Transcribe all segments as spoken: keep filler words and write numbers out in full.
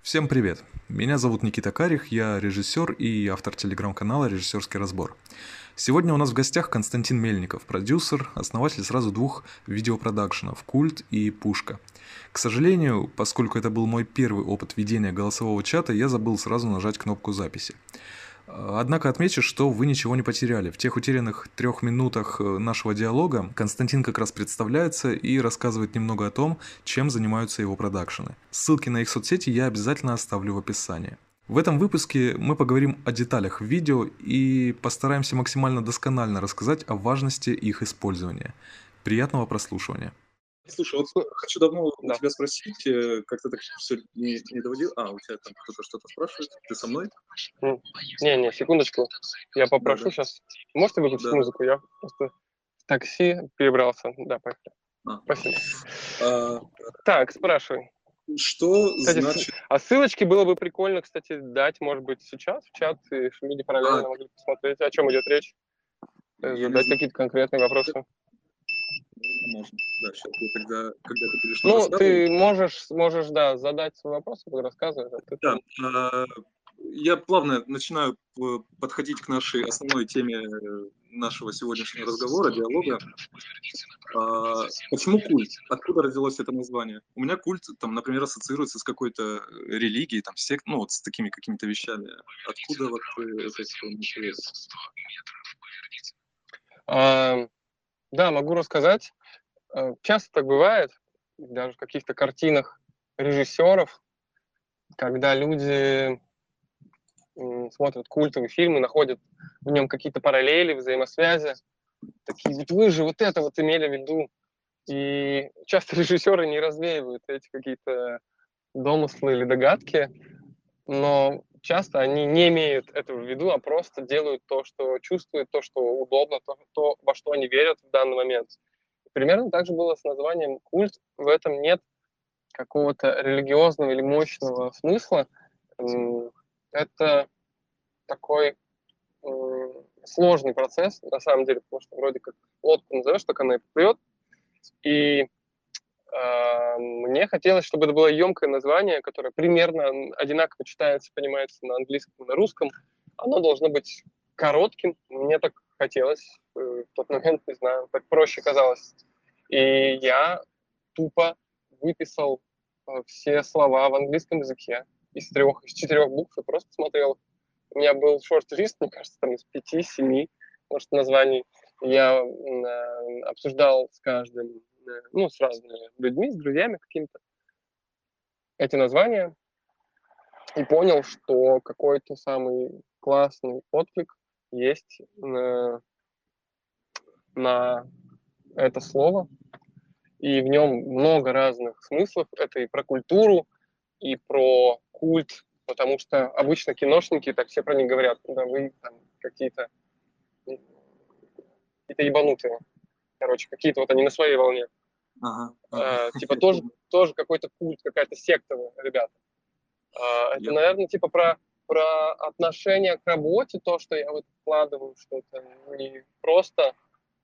Всем привет! Меня зовут Никита Карих, я режиссер и автор телеграм-канала «Режиссерский разбор». Сегодня у нас в гостях Константин Мельников, продюсер, основатель сразу двух видеопродакшенов «Культ» и «Пушка». К сожалению, поскольку это был мой первый опыт ведения голосового чата, я забыл сразу нажать кнопку записи. Однако отмечу, что вы ничего не потеряли. В тех утерянных трех минутах нашего диалога Константин как раз представляется и рассказывает немного о том, чем занимаются его продакшены. Ссылки на их соцсети я обязательно оставлю в описании. В этом выпуске мы поговорим о деталях видео и постараемся максимально досконально рассказать о важности их использования. Приятного прослушивания. Слушай, вот хочу давно у Да. тебя спросить, э, как-то так все не, не доводил. А, у тебя там кто-то что-то спрашивает? Ты со мной? М. Не-не, секундочку. Я попрошу Да-да. сейчас. Можете выключить Да-да. музыку? Я просто в такси перебрался. Да, поехали. А, Спасибо. а, Так, спрашивай. что Кстати, с- значит... а ссылочки было бы прикольно, кстати, дать, может быть, сейчас в чат, и в люди А, параллельно могли посмотреть, о чем идет речь, э, я не задать знаю, какие-то конкретные вопросы. наверное, можно. Да, сейчас я тогда, когда ты будешь нам Ну, рассказывать. ты можешь, можешь, да, задать свой вопрос, и буду рассказывать, а ты Да, там. а, я плавно начинаю п- подходить к нашей основной теме э, нашего сегодняшнего разговора, диалога. А, почему культ? Откуда родилось это название? У меня культ, там, например, ассоциируется с какой-то религией, там, сект, ну, вот с такими какими-то вещами. Откуда вот э, это все началось? А, да, могу рассказать. Э, Часто так бывает, даже в каких-то картинах режиссеров, когда люди м, смотрят культовый фильм и находят в нем какие-то параллели, взаимосвязи. Такие, вот вы же вот это вот имели в виду. И часто режиссеры не развеивают эти какие-то домыслы или догадки, но часто они не имеют этого в виду, а просто делают то, что чувствуют, то, что удобно, то, то во что они верят в данный момент. Примерно так же было с названием «Культ». В этом нет какого-то религиозного или мощного смысла. М, Это такой м, сложный процесс, на самом деле, потому что вроде как лодку назовешь, так она и поплывет. И а, мне хотелось, чтобы это было емкое название, которое примерно одинаково читается, понимается на английском и на русском. Оно должно быть коротким. Мне так хотелось э, в тот момент, не знаю, так проще казалось. И я тупо выписал э, все слова в английском языке из трех, из четырех букв и просто смотрел. У меня был шорт-лист, мне кажется, там из пяти-семи, может, названий. Я м, э, обсуждал с каждым, э, ну, с разными людьми, с друзьями какими-то эти названия и понял, что какой-то самый классный отклик есть на, на это слово, и в нем много разных смыслов. Это и про культуру, и про культ, потому что обычно киношники так все про них говорят, да вы там какие-то какие-то ебанутые, короче, какие-то вот они на своей волне. Ага, ага. Э, типа Я тоже, понял. тоже какой-то культ, какая-то секта, ребята. А, это, Я понял. наверное, типа про, про отношение к работе, то, что я вот вкладываю, что это не просто,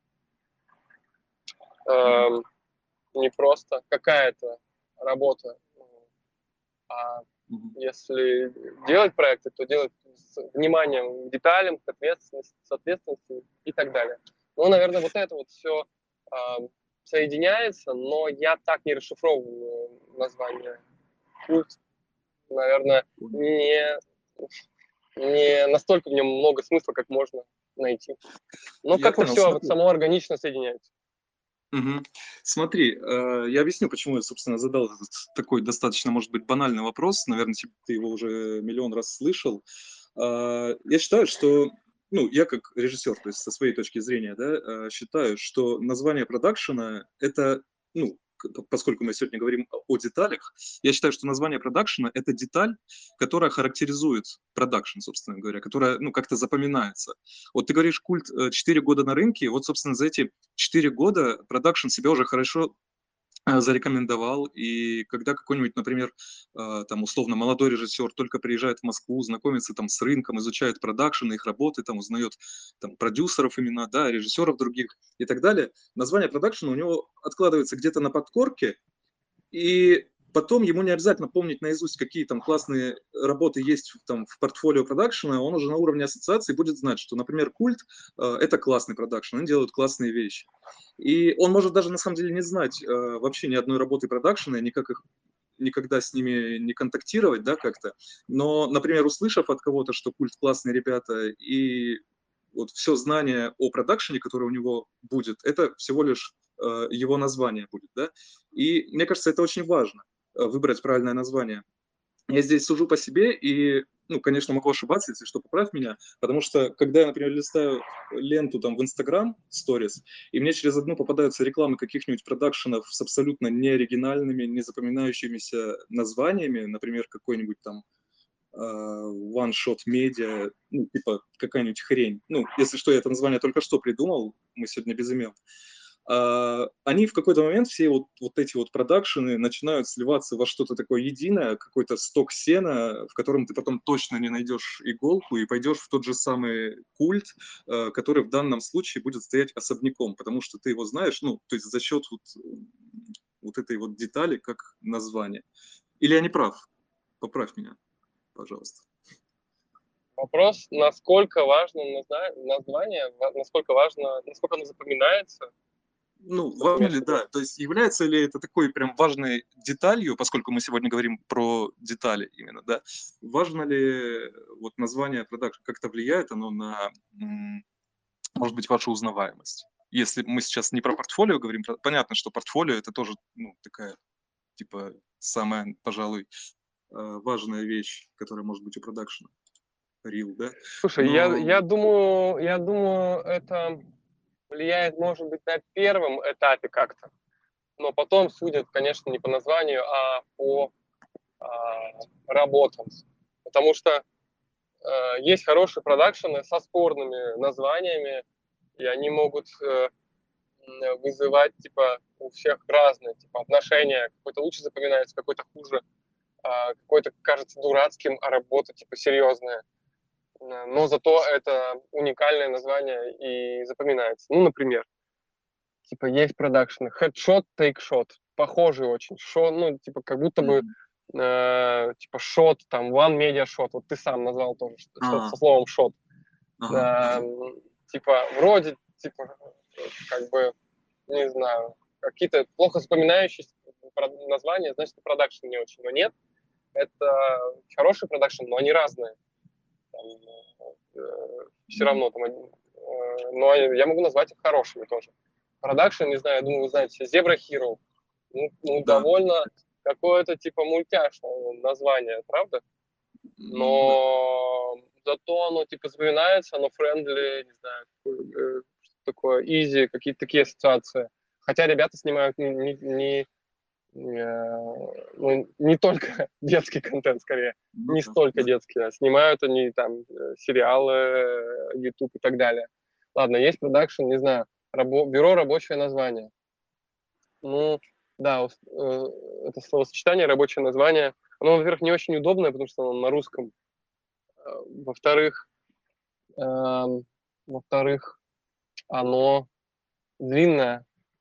Мгм. эм, не просто какая-то работа, ну, а Мгм. если делать проекты, то делать с вниманием к деталям, к ответственности, с ответственностью и так далее. Ну, наверное, вот это вот все соединяется, но я так не расшифровываю название культ. Наверное, Понял. не, не настолько в нем много смысла, как можно найти. Но Я как-то понял, все вот смотри. само органично соединяется. Мгм. Смотри, э, я объясню, почему я, собственно, задал этот такой достаточно, может быть, банальный вопрос. Наверное, ты его уже миллион раз слышал. А, Я считаю, что, ну, я как режиссер, то есть со своей точки зрения, да, э, считаю, что название продакшена– это, ну, к- поскольку мы сегодня говорим о о деталях, я считаю, что название продакшена– это деталь, которая характеризует продакшн, собственно говоря, которая, ну, как-то запоминается. Вот ты говоришь, культ э, четыре года на рынке, вот, собственно, за эти четыре года продакшн себя уже хорошо а, зарекомендовал. И когда какой-нибудь, например, а, там условно молодой режиссер только приезжает в Москву, знакомится там с рынком, изучает продакшн, их работы, там узнает там продюсеров имена, да, режиссеров других и так далее, название продакшена у него откладывается где-то на подкорке, и потом ему не обязательно помнить наизусть, какие там классные работы есть там, в портфолио продакшена, он уже на уровне ассоциации будет знать, что, например, Культ э, – это классный продакшн, они делают классные вещи. И он может даже на самом деле не знать э, вообще ни одной работы продакшена, никак их никогда с ними не контактировать, да, как-то. Но, например, услышав от кого-то, что Культ классные ребята, и вот все знание о продакшене, которое у него будет, это всего лишь э, его название будет, да. И мне кажется, это очень важно, э, выбрать правильное название. Я здесь сужу по себе и, ну, конечно, могу ошибаться, если что, поправь меня, потому что, когда я, например, листаю ленту там в Instagram Stories, и мне через одну попадаются рекламы каких-нибудь продакшенов с абсолютно неоригинальными, не запоминающимися названиями, например, какой-нибудь там э, One Shot Media, ну, типа какая-нибудь хрень. Ну, если что, я это название только что придумал, мы сегодня без имен. Uh, они в какой-то момент, все вот, вот эти вот продакшены начинают сливаться во что-то такое единое, какой-то сток сена, в котором ты потом точно не найдешь иголку и пойдешь в тот же самый Культ, uh, который в данном случае будет стоять особняком, потому что ты его знаешь, ну, то есть за счет вот, вот этой вот детали, как название. Или я не прав? Поправь меня, пожалуйста. Вопрос, насколько важно название, насколько важно, насколько оно запоминается. Ну, важно ли, да, то есть является ли это такой прям важной деталью, поскольку мы сегодня говорим про детали именно, да, важно ли вот название продакшн, как-то влияет оно на, может быть, вашу узнаваемость? Если мы сейчас не про портфолио говорим, понятно, что портфолио это тоже, ну, такая, типа, самая, пожалуй, важная вещь, которая может быть у продакшена. Рил, да? Слушай, Но... я, я думаю, я думаю, это влияет, может быть, на первом этапе как-то, но потом судят, конечно, не по названию, а по а, работам. Потому что а, есть хорошие продакшены со спорными названиями, и они могут а, вызывать, типа, у всех разные типа, отношения. Какой-то лучше запоминается, какой-то хуже, а, какой-то кажется дурацким, а работа, типа, серьезная. Но зато это уникальное название и запоминается. Ну, например, типа есть продакшн, headshot, take shot, похожий очень, шо, ну, типа как будто бы э, типа shot, там, one media shot, вот ты сам назвал тоже, что со словом shot. Ага. Э, типа вроде, типа, как бы, не знаю, какие-то плохо запоминающиеся названия, значит, продакшн не очень, но нет, это хороший продакшн, но они разные. Там, э, все равно там, э, но я могу назвать их хорошими тоже. Продакшн, не знаю, я думаю, вы знаете, Zebra Hero. Ну, ну да. Довольно какое-то типа мультяшное название, правда? Но да. Зато оно типа запоминается, оно френдли, не знаю, что такое, easy, какие-то такие ассоциации. Хотя ребята снимают не, не, не, ну, не только детский контент, скорее, ну, не да, столько да. детский, а снимают они там сериалы, YouTube и так далее. Ладно, есть продакшн, не знаю, рабо- бюро рабочее название. Ну, да, это словосочетание, рабочее название, оно, во-первых, не очень удобное, потому что оно на русском. Во-вторых, э, во-вторых, оно длинное.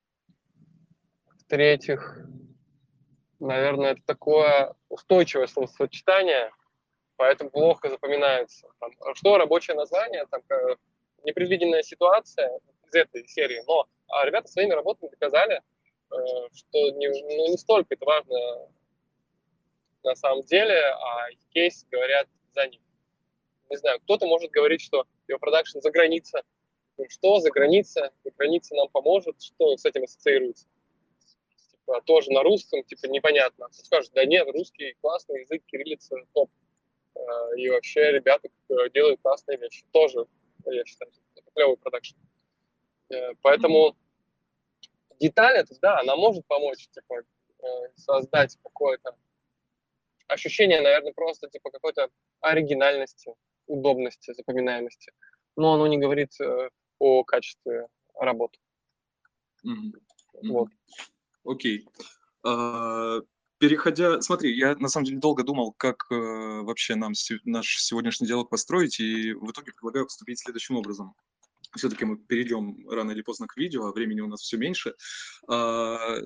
В-третьих, наверное, это такое устойчивое словосочетание, поэтому плохо запоминается. Там, что рабочее название, там, непредвиденная ситуация из этой серии, но а ребята своими работами доказали, что не, ну, не столько это важно на самом деле, а кейс говорят за них. Не знаю, кто-то может говорить, что его продакшн за граница. Что за граница? За граница нам поможет, что с этим ассоциируется? Типа, тоже на русском, типа, непонятно. Кто скажет, да нет, русский классный язык, кириллица топ. И вообще ребята делают классные вещи. Тоже, я считаю, это клевый продакшн. Поэтому деталь эта, да, она может помочь, типа, создать какое-то ощущение, наверное, просто, типа, какой-то оригинальности, удобности, запоминаемости. Но оно не говорит э, о качестве работы. Mm-hmm. Mm-hmm. Вот. Окей. Okay. Uh, переходя... Смотри, я на самом деле долго думал, как uh, вообще нам с- наш сегодняшний диалог построить, и в итоге предлагаю поступить следующим образом. Все-таки мы перейдем рано или поздно к видео, а времени у нас все меньше. Uh,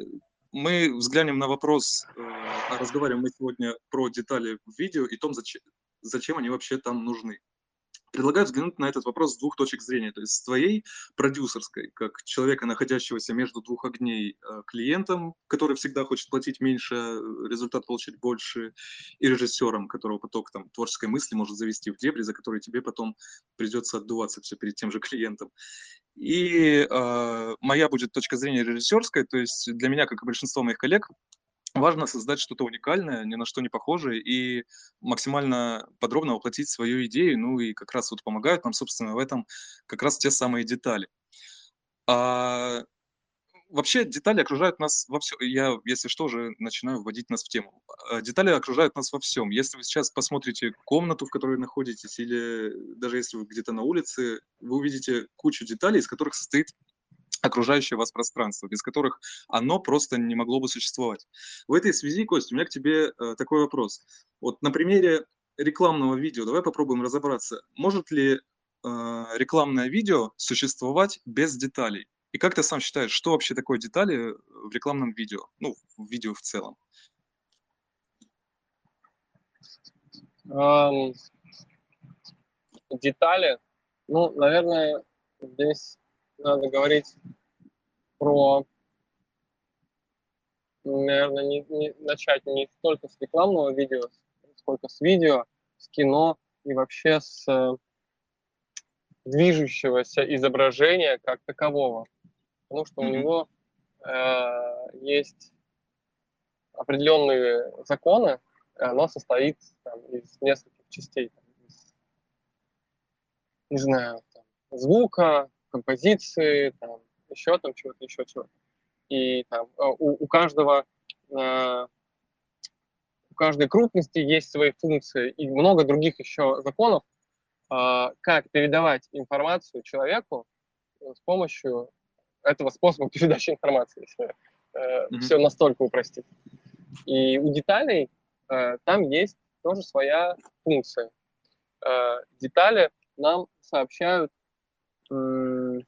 мы взглянем на вопрос, э, а разговариваем мы сегодня про детали в видео и том, зачем, зачем они вообще там нужны. Предлагаю взглянуть на этот вопрос с двух точек зрения, то есть с твоей продюсерской, как человека, находящегося между двух огней, э, клиентом, который всегда хочет платить меньше, э, результат получить больше, и режиссером, которого поток там, творческой мысли может завести в дебри, за которые тебе потом придется отдуваться все перед тем же клиентом. И э, моя будет точка зрения режиссерская, то есть для меня, как и большинство моих коллег, важно создать что-то уникальное, ни на что не похожее, и максимально подробно воплотить свою идею. Ну и как раз вот помогают нам, собственно, в этом как раз те самые детали. А, вообще детали окружают нас во всем. Я, если что, уже начинаю вводить нас в тему. А, детали окружают нас во всем. Если вы сейчас посмотрите комнату, в которой находитесь, или даже если вы где-то на улице, вы увидите кучу деталей, из которых состоит окружающее вас пространство, без которых оно просто не могло бы существовать. В этой связи, Кость, у меня к тебе э, такой вопрос. Вот на примере рекламного видео давай попробуем разобраться, может ли э, рекламное видео существовать без деталей? И как ты сам считаешь, что вообще такое детали в рекламном видео? Ну, в видео в целом. Ам, детали. Ну, наверное, здесь надо говорить про, наверное, не, не- начать не столько с рекламного видео, сколько с видео, с кино и вообще с э, движущегося изображения как такового. Потому что у Мгм. него э, есть определенные законы, и оно состоит там, из нескольких частей. Там, из, не знаю, там, звука, композиции, там, еще там чего-то, еще чего-то. И там э, у, у каждого э, у каждой крупности есть свои функции и много других еще законов, э, как передавать информацию человеку с помощью этого способа передачи информации, если э, Мгм. все настолько упростить. И у деталей э, там есть тоже своя функция. Э, детали нам сообщают, м,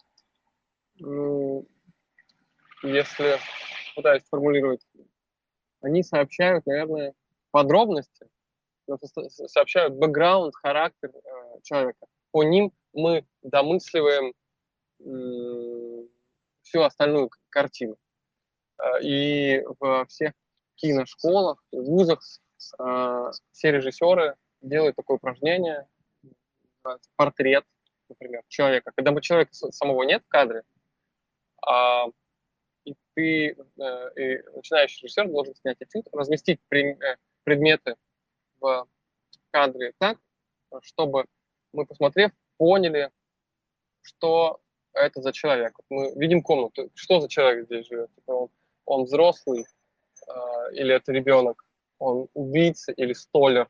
м, если пытаюсь сформулировать, они сообщают, наверное, подробности, но со- со- сообщают бэкграунд, характер э, человека. По ним мы домысливаем м, всю остальную к- картину. Э, И во всех киношколах, вузах э, все режиссеры делают такое упражнение, называется портрет, например, человека. Когда бы человека с- самого нет в кадре, а, и ты, э, и начинающий режиссер должен снять этюд, разместить прем- э, предметы в кадре так, чтобы мы, посмотрев, поняли, что это за человек. Вот мы видим комнату, что за человек здесь живет. Типа он, он взрослый, а, или это ребенок, он убийца или столер,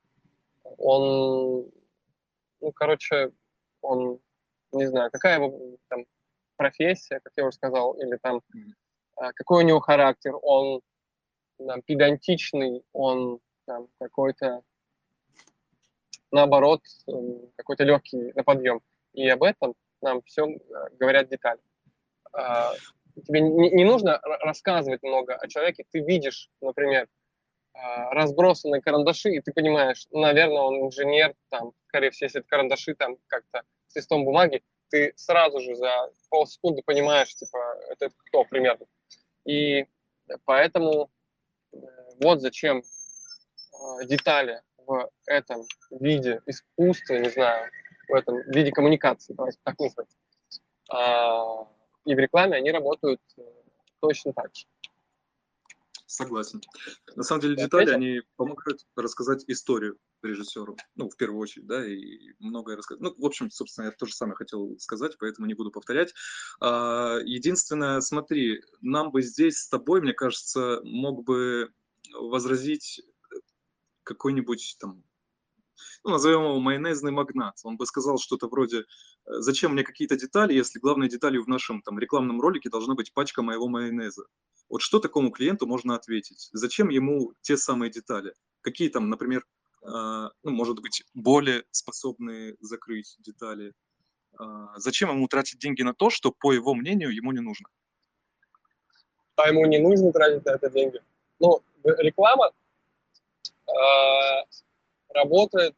он, ну, короче, он, не знаю, какая его там профессия, как я уже сказал, или там Мгм. а, какой у него характер, он там, педантичный, он там какой-то, наоборот, м, какой-то легкий на подъем. И об этом нам все говорят детали. А, Тебе не, не нужно ра- рассказывать много о человеке, ты видишь, например, а, разбросанные карандаши, и ты понимаешь, ну, наверное, он инженер, там, скорее всего, если это карандаши там как-то с листом бумаги, ты сразу же за полсекунды понимаешь, типа, это кто примерно. И поэтому э, вот зачем э, детали в этом виде искусства, не знаю, в этом виде коммуникации, давайте так назовем. А, и в рекламе они работают э, точно так же. Согласен. На самом деле Я детали, ответил? они помогают рассказать историю режиссеру, ну, в первую очередь, да, и многое рассказать. Ну, в общем, собственно, я то же самое хотел сказать, поэтому не буду повторять. А, единственное, смотри, нам бы здесь с тобой, мне кажется, мог бы возразить какой-нибудь там, ну, назовем его майонезный магнат. Он бы сказал что-то вроде, э, зачем мне какие-то детали, если главной деталью в нашем там рекламном ролике должна быть пачка моего майонеза. Вот что такому клиенту можно ответить? Зачем ему те самые детали? Какие там, например, а, ну, может быть, более способные закрыть детали? А, Зачем ему тратить деньги на то, что, по его мнению, ему не нужно? а ему не нужно тратить на это деньги. Ну, реклама э, работает.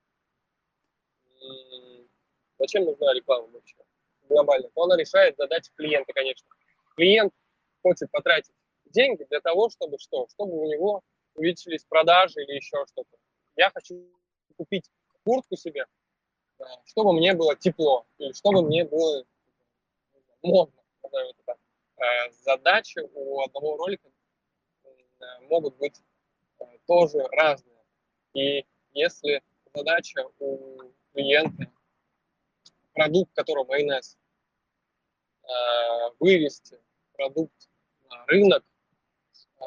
м, Зачем нужна реклама вообще глобально? Но она решает задачи клиента, конечно. Клиент хочет потратить деньги для того, чтобы что? Чтобы у него увеличились продажи или еще что-то. Я хочу купить куртку себе, э, чтобы мне было тепло, или чтобы мне было модно, назовем это так. Э, Задачи у одного ролика э, могут быть э, тоже разные. И если задача у клиента, продукт, который майонез, э, вывести продукт на рынок, э,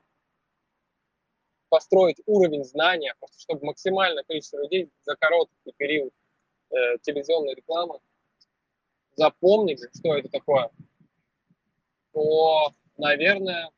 построить уровень знания, просто чтобы максимальное количество людей за короткий период э, телевизионной рекламы запомнили, что это такое, то, наверное,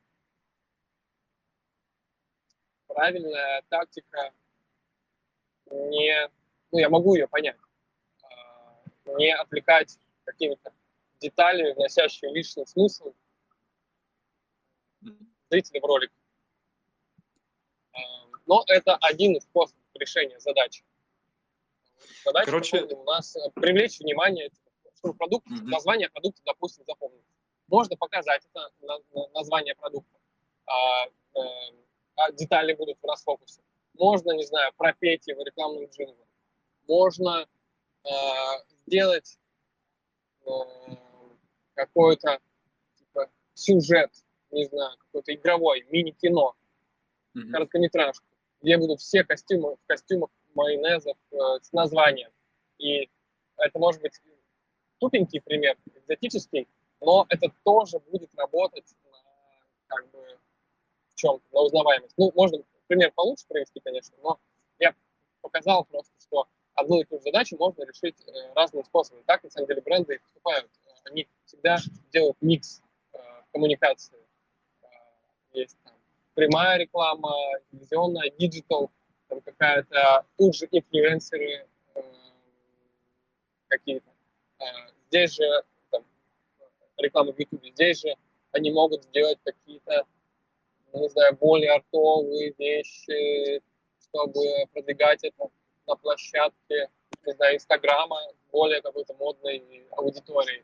правильная тактика не... Ну, я могу ее понять. э, Не отвлекать какими-то деталями, вносящими лишний смысл зрителя в ролик. Э, Но это один из способов решения задачи. Задача Короче, у нас э, привлечь внимание, чтобы продукт, мгм. название продукта, допустим, запомнить. Можно показать это на- на- название продукта, а, э, а детали будут в расфокусе. Можно, не знаю, пропеть его рекламным джинглом. Можно э, сделать э, какой-то типа, сюжет, не знаю, какой-то игровой, мини-кино, Мгм. короткометражку, где будут все костюмы в костюмах майонезов э, с названием. И это может быть тупенький пример, экзотический, но это тоже будет работать на, как бы, в чем на узнаваемость. Ну, можно пример получше привести, конечно, но я показал просто, что одну и ту же задачу можно решить э, разными способами. Так, на самом деле, бренды и поступают. Они всегда делают микс э, коммуникации. Э, есть там прямая реклама, телевизионная, диджитал, там какая-то, тут же инфлюенсеры э, какие-то. Э, здесь же там, реклама в Ютубе, здесь же они могут сделать какие-то, ну, не знаю, более артовые вещи, чтобы продвигать это на площадке, не знаю, Инстаграма, более какой-то модной аудитории.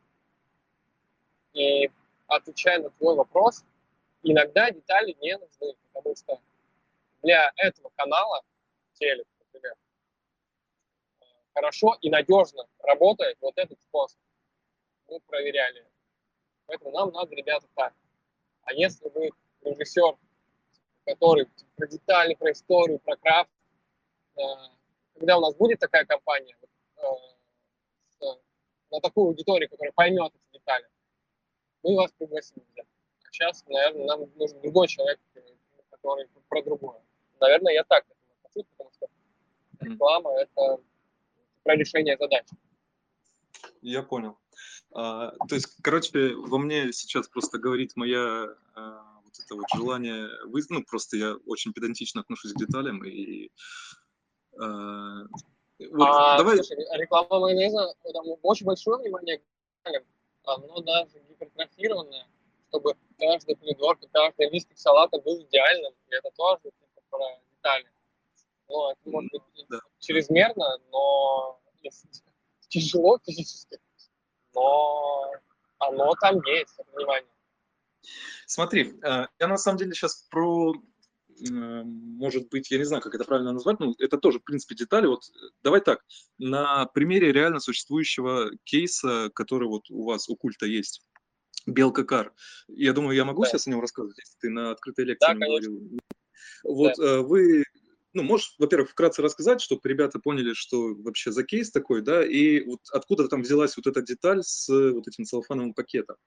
И отвечая на твой вопрос, иногда детали не нужны, потому что для этого канала, телек, например, хорошо и надежно работает вот этот способ. Мы проверяли. Поэтому нам надо, ребята, так. А если вы режиссер, который про детали, про историю, про крафт, э, когда у нас будет такая компания, э, с, на такую аудиторию, которая поймет эти детали, мы вас пригласим. А сейчас, наверное, нам нужен другой человек, который про другое. Наверное, я так к этому отношусь, потому что реклама – это про решение задач. Я понял. А, то есть, короче, во мне сейчас просто говорит моя а, вот это вот желание, вы, ну, просто я очень педантично отношусь к деталям, и а, вот А, давай, слушай, реклама майонеза, там очень большое внимание к деталям. Оно даже гипертрофированное, чтобы каждый помидорка, каждый листик салата был идеальным. И это тоже типа, про детали. Ну, это может быть да, да. чрезмерно, но если тяжело физически, но оно там есть, это внимание. Смотри, а, я на самом деле сейчас про, м, может быть, я не знаю, как это правильно назвать, но это тоже, в принципе, детали. Вот э, давай так, на примере реально существующего кейса, который вот у вас, у культа есть, Белка-Кар. Я думаю, я могу Да, сейчас о нем рассказывать, если ты на открытой лекции о да, нем конечно, говорил. да. Вот э, вы, ну, можешь, во-первых, вкратце рассказать, чтобы ребята поняли, что вообще за кейс такой, да, и вот откуда там взялась вот эта деталь с вот этим целлофановым пакетом.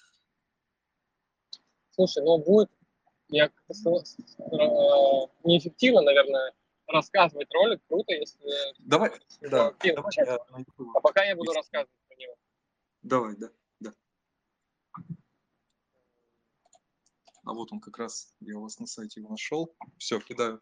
Слушай, ну будет, я как-то с- с- э, неэффективно, наверное, рассказывать ролик. Круто, если Давай, его да, кинуть в давай чат. я найду его. А пока я буду Если- рассказывать про него. Давай, да, да. А вот он как раз, я у вас на сайте его нашел. Все, кидаю.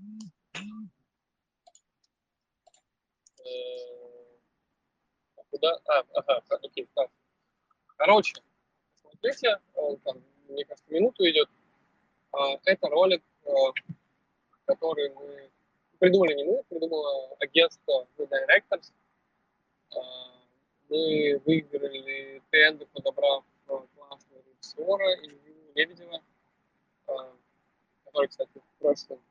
Э, Куда? А, ага, окей, так. Короче, смотрите, э, там, мне кажется, минуту идет. Это ролик, который мы придумали не мы, придумало агентство The Directors. Мы выиграли тендер, подобрав классного режиссера Илью Лебедева, который, кстати, в прошлом...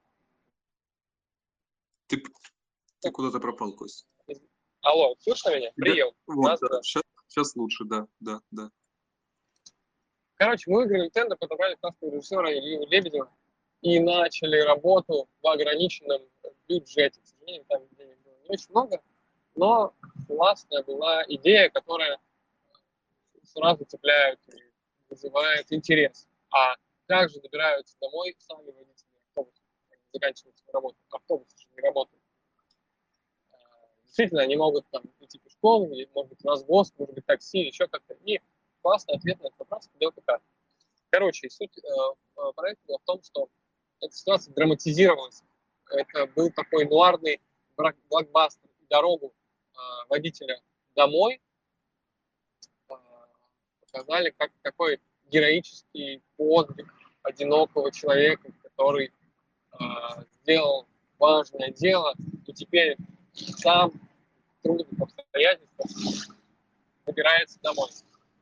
Ты, ты куда-то пропал, Кость. Алло, слышно меня? Прием. Вот, да, сейчас, сейчас лучше, да, да, да. Короче, мы выиграли тендер, подобрали классного режиссера Илью Лебедева и начали работу в ограниченном бюджете. К сожалению, там денег было не очень много, но классная была идея, которая сразу цепляет и вызывает интерес. А как же добираются домой сами водители автобуса, заканчивают свою работу? Автобусы же не работают. Действительно, они могут там идти пешком, или, может быть, развоз, может быть, такси, еще как-то. И классный ответ на этот вопрос – ДЛКК. Короче, суть э, проекта была в том, что эта ситуация драматизировалась. Это был такой нуарный блокбастер. Дорогу э, водителя домой э, показали как такой героический подвиг одинокого человека, который э, сделал важное дело и теперь сам в трудных обстоятельствах добирается домой.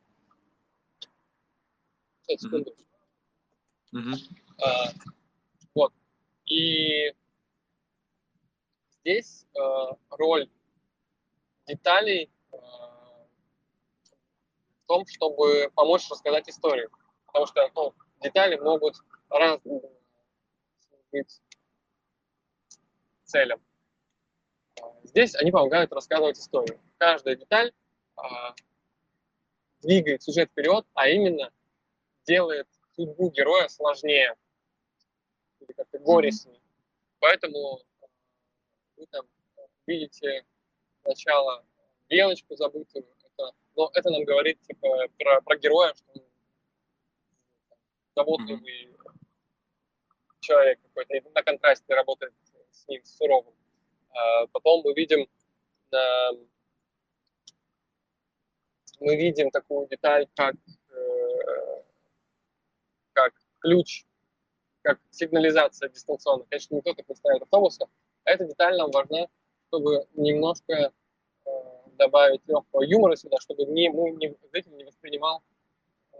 Секунду. Mm-hmm. А, вот. И здесь э, роль деталей э, в том, чтобы помочь рассказать историю. Потому что ну, детали могут разным быть целям. Здесь они помогают рассказывать историю. Каждая деталь э, двигает сюжет вперед, а именно делает судьбу героя сложнее или как-то горестнее. Поэтому вы там видите сначала белочку забытую, это, но это нам говорит типа про, про героя, что он заботливый mm-hmm. человек какой-то, на контрасте работает с ним, с суровым. А потом мы видим а, мы видим такую деталь, как, э, как ключ, как сигнализация дистанционная. Конечно, никто так не ставит автобуса. А эта деталь нам важна, чтобы немножко э, добавить легкого юмора сюда, чтобы не, мы не, зритель не воспринимал э,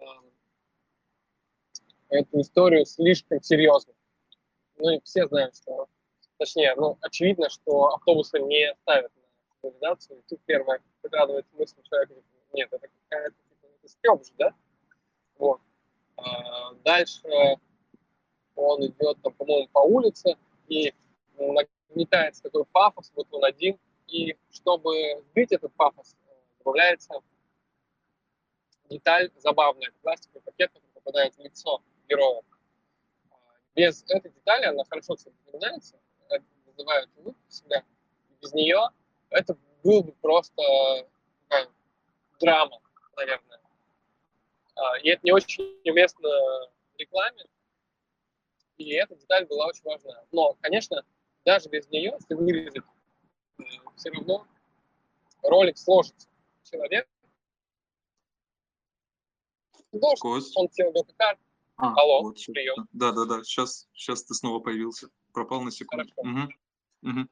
эту историю слишком серьезно. Ну и все знают, что, точнее, ну, очевидно, что автобусы не ставят на сигнализацию. И тут первое прикладывается мысль человека, нет, это какая-то типа, это стёб же, да? Вот. А дальше он идет, там, по-моему, по улице, и нагнетается такой пафос, вот он один, и чтобы сбить этот пафос, добавляется деталь забавная, это пластиковый пакет, который попадает в лицо героя. Без этой детали она хорошо запоминается, вызывает улыбку всегда. Без нее это был бы просто такая драма, наверное. И это не очень уместно в рекламе, и эта деталь была очень важна. Но, конечно, даже без нее, если вырезать, все равно ролик сложится. Человек дождь, он сел до КК. А, Алло, вот, прием. Да, да, да, сейчас, сейчас ты снова появился. Пропал на секунду. Угу. Угу.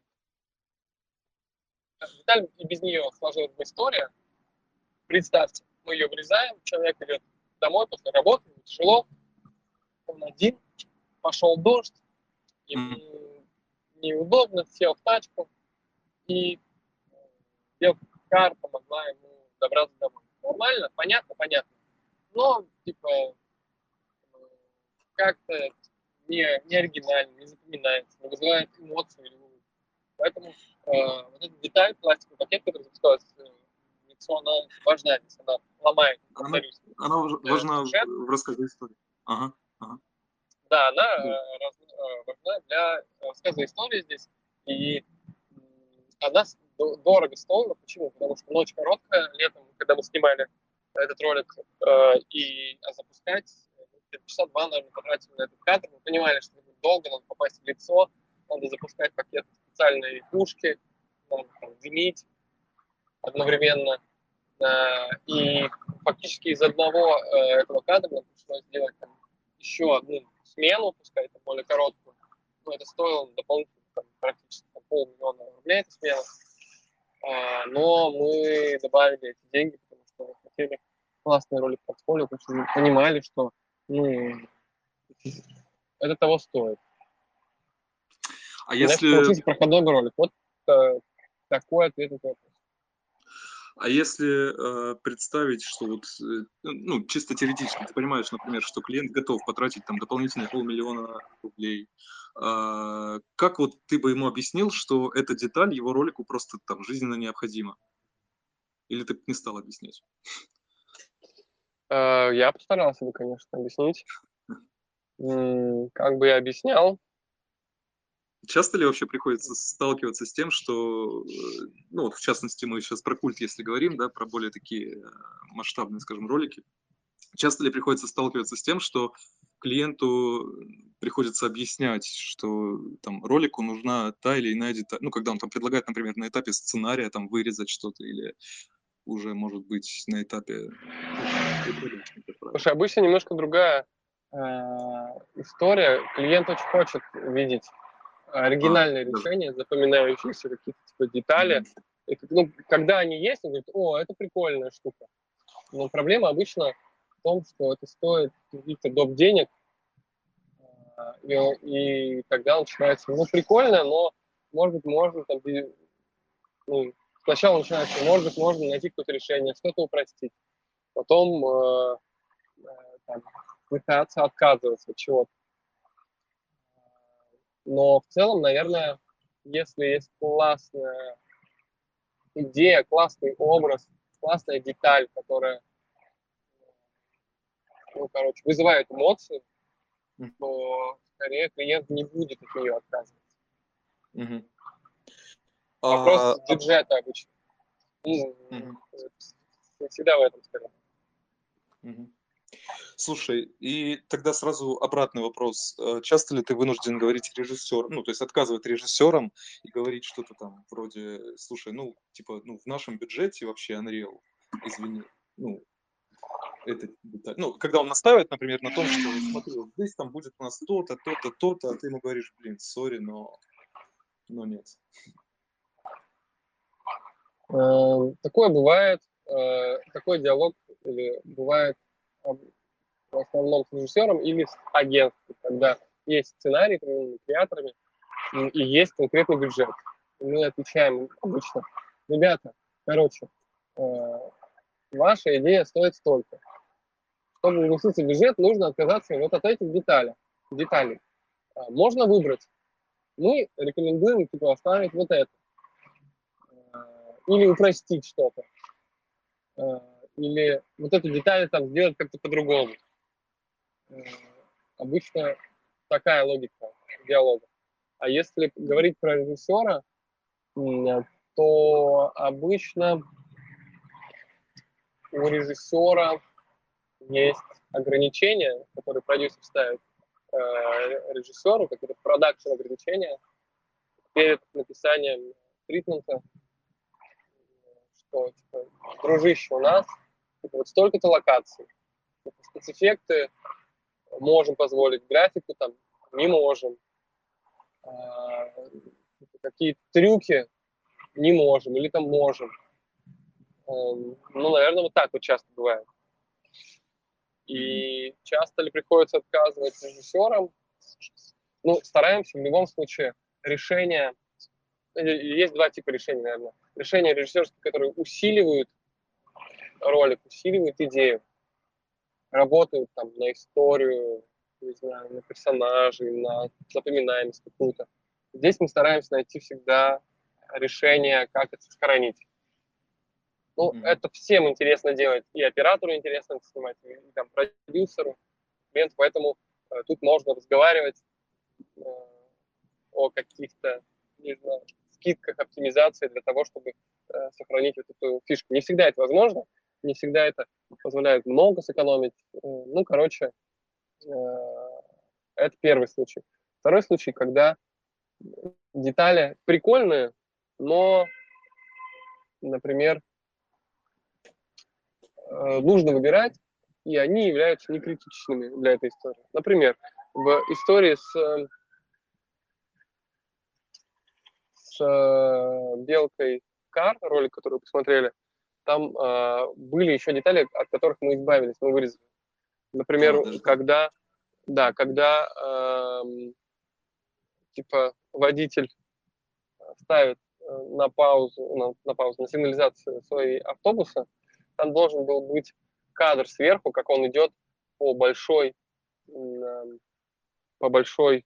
Деталь, и без нее сложилась бы история. Представьте, мы ее врезаем, человек идет домой после работы, тяжело, он один, пошел дождь, ему mm-hmm. неудобно, сел в тачку, и Белка помогла ему добраться домой. Нормально, понятно, понятно. Но, типа, как-то не, не оригинально, не запоминается, не вызывает эмоций. Поэтому э, вот эта деталь, пластиковый пакет, который запускается в лицо, она важна здесь, она ломает. Она, она важна э, в рассказе истории. Ага, ага. Да, она да. Э, важна для рассказа истории здесь. И она дорого стоила. Почему? Потому что ночь короткая, летом, когда мы снимали этот ролик, э, и а запускать, часа два, наверное, потратили на этот кадр. Мы понимали, что долго, надо попасть в лицо, надо запускать пакет специальной пушки, надо там, дымить одновременно. И фактически из одного э, этого кадра нам пришлось сделать там, еще одну смену, пускай это более короткую. Но это стоило дополнительно там, практически там, полмиллиона рублей эта смена. А, но мы добавили эти деньги, потому что хотели классный ролик в портфолио, потому что мы понимали, что ну, это того стоит. А И значит, если, получился проходной ролик. Вот э, такой ответ на твой вопрос. а если э, представить, что вот, э, ну, чисто теоретически, ты понимаешь, например, что клиент готов потратить там дополнительные полмиллиона рублей, а, как вот ты бы ему объяснил, что эта деталь его ролику просто там жизненно необходима? Или ты б не стал объяснять? Э, я постарался бы, конечно, объяснить. М, Как бы я объяснял, Часто ли вообще приходится сталкиваться с тем, что, э, ну, вот в частности, мы сейчас про культ, если говорим, да, про более такие э, масштабные, скажем, ролики, часто ли приходится сталкиваться с тем, что клиенту приходится объяснять, что там ролику нужна та или иная деталь, ну, когда он там предлагает, например, на этапе сценария там вырезать что-то или уже, может быть, на этапе... ну, репродакшн, как правило. слушай, обычно немножко другая э, история. Клиент очень хочет видеть А, оригинальные да. решения, запоминающиеся какие-то типа, детали. Мгм. И, как- ну, когда они есть, он говорит, о, это прикольная штука. Но проблема обычно в том, что это стоит каких-то доп. Денег, а, и, и тогда начинается, ну, прикольно, но, может быть, можно там, би- ну, сначала начинается, может быть, можно найти какое-то решение, что-то упростить, потом э, э, там, пытаться отказываться от чего-то. Но в целом, наверное, если есть классная идея, классный образ, классная деталь, которая, ну, короче, вызывает эмоции, Мгм. то скорее клиент не будет от нее отказываться. Мгм. Вопрос А, а- бюджета обычно. Ну, Мгм. не всегда в этом, скажем. Мгм. Слушай, и тогда сразу обратный вопрос. Э, Часто ли ты вынужден говорить режиссер, ну, то есть отказывать режиссерам и говорить что-то там вроде, слушай, ну, типа, ну, в нашем бюджете вообще Unreal, извини, ну, это деталь. Ну, когда он настаивает, например, на том, что, смотри, вот здесь там будет у нас то-то, то-то, то-то, а ты ему говоришь, блин, сори, но, но нет. Э, Такое бывает, э, такой диалог или бывает э, в основном с режиссером или с агентством, когда есть сценарий, придуманный креаторами, и, и есть конкретный бюджет. И мы отвечаем обычно, ребята, короче, э, ваша идея стоит столько. Чтобы уместиться в бюджет, нужно отказаться вот от этих деталей. деталей. А, Можно выбрать. Мы рекомендуем типа, оставить вот это. А, Или упростить что-то. А, Или вот эту деталь там сделать как-то по-другому. А, Обычно такая логика диалога. А если говорить про режиссера, м, то обычно у режиссера есть ограничения, которые продюсер ставит э, режиссеру, какие-то продакшн ограничения перед написанием тритмента, что типа, дружище, у нас типа, вот столько-то локаций, типа, спецэффекты можем позволить, графику там не можем, а, типа, какие-то трюки не можем или там можем. Эм, Ну, наверное, вот так вот часто бывает. Мгм. И часто ли приходится отказывать режиссерам? Ну, стараемся в любом случае решение. э, Есть два типа решений, наверное. Решения режиссерские, которые усиливают ролик, усиливают идею, работают там на историю, не знаю, на персонажей, на запоминаемость какую-то. Здесь мы стараемся найти всегда решение, как это сохранить. Ну, Мгм. это всем интересно делать, и оператору интересно это снимать, и там, продюсеру, клиенту, поэтому э, тут можно разговаривать э, о каких-то, не знаю, скидках, оптимизации для того, чтобы э, сохранить вот эту фишку. Не всегда это возможно, не всегда это позволяет много сэкономить. Э, Ну, короче, э, это первый случай. Второй случай, когда детали прикольные, но, например, э, нужно выбирать, и они являются некритичными для этой истории. Например, в истории с, э, с э, белкой Кар, ролик, который вы посмотрели, там э, были еще детали, от которых мы избавились, мы вырезали. Например, А, даже так. когда, да, когда эм, типа водитель ставит э, на паузу, на, на паузу, на сигнализацию свои автобуса, там должен был быть кадр сверху, как он идет по большой, м, по большой,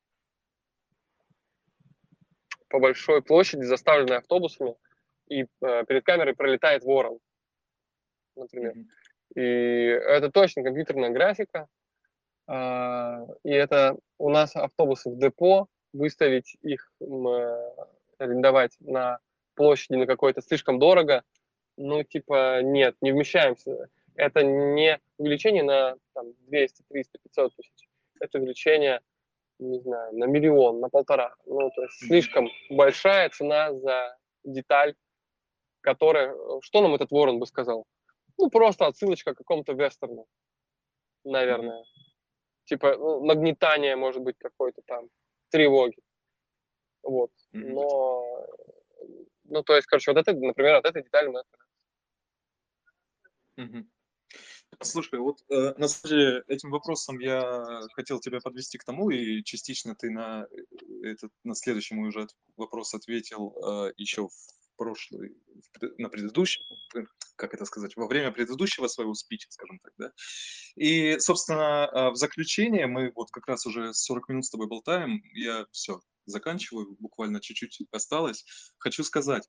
по большой площади, заставленной автобусами, и э, перед камерой пролетает ворон, например. Мгм. И это точно компьютерная графика, а, и это у нас автобусы в депо, выставить их, м, э, арендовать на площади на какой-то слишком дорого. Ну, типа, нет, не вмещаемся. Это не увеличение на там, двести, триста, пятьсот тысяч. Это увеличение, не знаю, на миллион, на полтора. Ну, то есть Мгм. слишком большая цена за деталь, которая... Что нам этот ворон бы сказал? Ну, просто отсылочка к какому-то вестерну, Мгм. наверное. Типа, ну, нагнетание, может быть, какой-то там, тревоги. Вот. Мгм. Но, ну, то есть, короче, вот это, например, от этой детали мы... Мгм. Слушай, вот э, на самом деле этим вопросом я хотел тебя подвести к тому, и частично ты на э, этот, на следующий мой уже от- вопрос ответил э, еще в прошлый, в пред- на предыдущий, э, как это сказать, во время предыдущего своего спича, скажем так, да. И, собственно, э, в заключение мы вот как раз уже сорок минут с тобой болтаем, я все заканчиваю, буквально чуть-чуть осталось. Хочу сказать,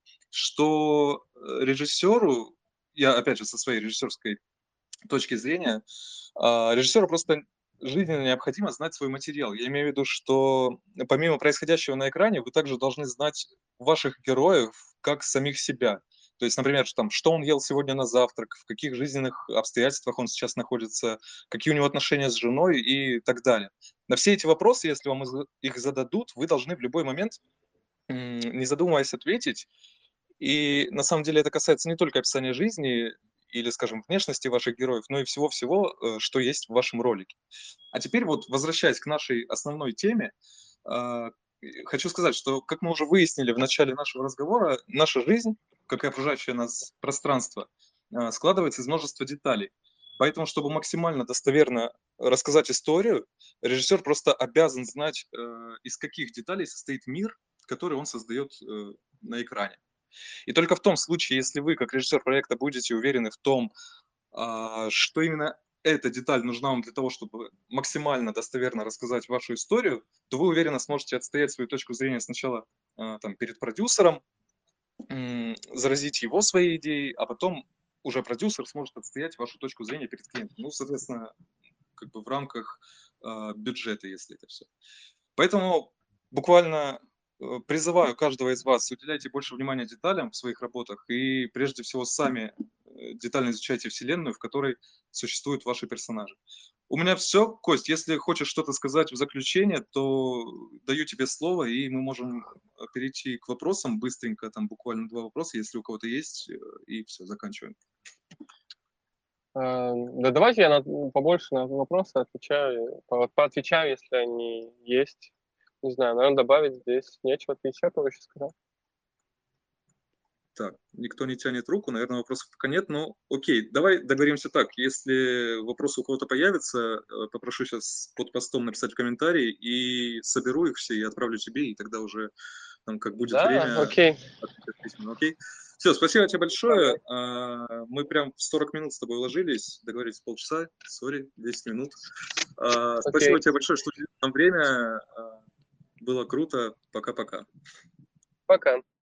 что э, режиссеру, я опять же со своей режиссерской точки зрения, а, режиссеру просто жизненно необходимо знать свой материал. Я имею в виду, что помимо происходящего на экране, вы также должны знать ваших героев как самих себя. То есть, например, что там, что он ел сегодня на завтрак, в каких жизненных обстоятельствах он сейчас находится, какие у него отношения с женой и так далее. На все эти вопросы, если вам из- их зададут, вы должны в любой момент, м, не задумываясь, ответить. И на самом деле это касается не только описания жизни или, скажем, внешности ваших героев, но и всего-всего, э, что есть в вашем ролике. А теперь вот, возвращаясь к нашей основной теме, а, и хочу сказать, что, как мы уже выяснили в начале нашего разговора, наша жизнь, как и окружающее нас пространство, а, складывается из множества деталей. Поэтому, чтобы максимально достоверно рассказать историю, режиссер просто обязан знать, э, из каких деталей состоит мир, который он создает э, на экране. И только в том случае, если вы, как режиссер проекта, будете уверены в том, а, что именно эта деталь нужна вам для того, чтобы максимально достоверно рассказать вашу историю, то вы уверенно сможете отстоять свою точку зрения сначала а, там, перед продюсером, м, заразить его своей идеей, а потом уже продюсер сможет отстоять вашу точку зрения перед клиентом. Ну, соответственно, как бы в рамках а, бюджета, если это все. Поэтому буквально э, призываю каждого из вас, уделяйте больше внимания деталям в своих работах и прежде всего сами э, детально изучайте вселенную, в которой существуют ваши персонажи. У меня все, Кость, если хочешь что-то сказать в заключение, то даю тебе слово, и мы можем э, перейти к вопросам быстренько, там буквально два вопроса, если у кого-то есть, э, и все, заканчиваем. Э, Да давайте я на, побольше на вопросы отвечаю, по- поотвечаю, если они есть. Не знаю, наверное, добавить здесь нечего. Ты еще еще сказал? Так, никто не тянет руку, наверное, вопросов пока нет. Ну, окей, давай договоримся так. Если вопросы у кого-то появятся, э, попрошу сейчас под постом написать в комментарии и соберу их все и отправлю тебе, и тогда уже там, как будет Да, время, окей. ответят письменно. Окей? Все, спасибо тебе большое. Давай. А, Мы прям в сорок минут с тобой уложились, договорились полчаса, сори, десять минут. А, Спасибо Окей. тебе большое, что уделил нам время. А, Было круто. Пока-пока. Пока.